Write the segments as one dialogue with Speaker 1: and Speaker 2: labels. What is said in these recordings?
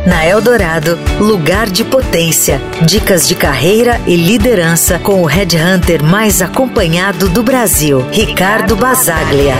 Speaker 1: Na Eldorado, Lugar de Potência. Dicas de carreira e liderança com o headhunter mais acompanhado do Brasil, Ricardo Bazzaglia.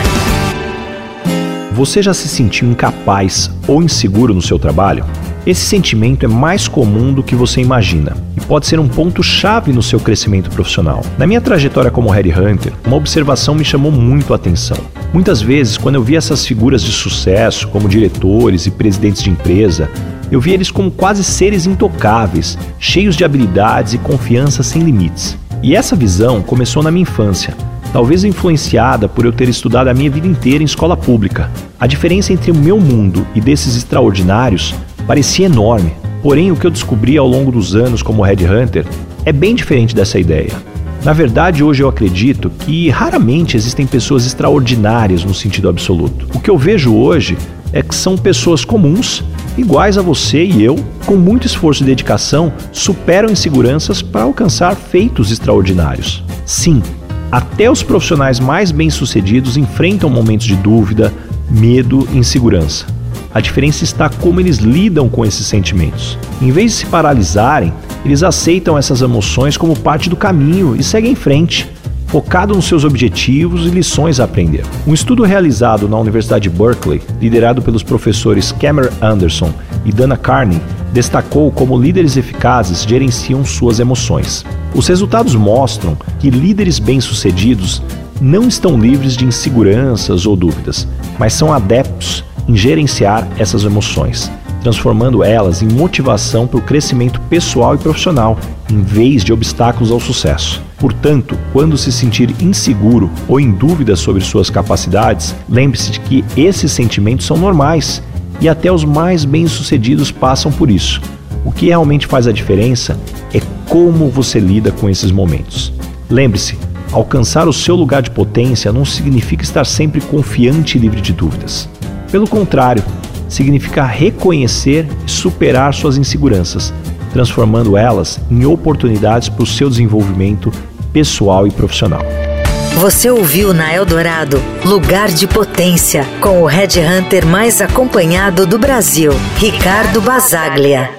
Speaker 2: Você já se sentiu incapaz ou inseguro no seu trabalho? Esse sentimento é mais comum do que você imagina e pode ser um ponto-chave no seu crescimento profissional. Na minha trajetória como headhunter, uma observação me chamou muito a atenção. Muitas vezes, quando eu via essas figuras de sucesso, como diretores e presidentes de empresa, eu via eles como quase seres intocáveis, cheios de habilidades e confiança sem limites. E essa visão começou na minha infância, talvez influenciada por eu ter estudado a minha vida inteira em escola pública. A diferença entre o meu mundo e desses extraordinários parecia enorme, porém o que eu descobri ao longo dos anos como headhunter é bem diferente dessa ideia. Na verdade, hoje eu acredito que raramente existem pessoas extraordinárias no sentido absoluto. O que eu vejo hoje é que são pessoas comuns, iguais a você e eu, com muito esforço e dedicação, superam inseguranças para alcançar feitos extraordinários. Sim, até os profissionais mais bem-sucedidos enfrentam momentos de dúvida, medo e insegurança. A diferença está como eles lidam com esses sentimentos. Em vez de se paralisarem, eles aceitam essas emoções como parte do caminho e seguem em frente, focado nos seus objetivos e lições a aprender. Um estudo realizado na Universidade de Berkeley, liderado pelos professores Cameron Anderson e Dana Carney, destacou como líderes eficazes gerenciam suas emoções. Os resultados mostram que líderes bem-sucedidos não estão livres de inseguranças ou dúvidas, mas são adeptos em gerenciar essas emoções, transformando elas em motivação para o crescimento pessoal e profissional, em vez de obstáculos ao sucesso. Portanto, quando se sentir inseguro ou em dúvida sobre suas capacidades, lembre-se de que esses sentimentos são normais e até os mais bem-sucedidos passam por isso. O que realmente faz a diferença é como você lida com esses momentos. Lembre-se, alcançar o seu lugar de potência não significa estar sempre confiante e livre de dúvidas. Pelo contrário, significa reconhecer e superar suas inseguranças, transformando elas em oportunidades para o seu desenvolvimento pessoal e profissional.
Speaker 1: Você ouviu na Eldorado Lugar de Potência, com o headhunter mais acompanhado do Brasil, Ricardo Bazzaglia.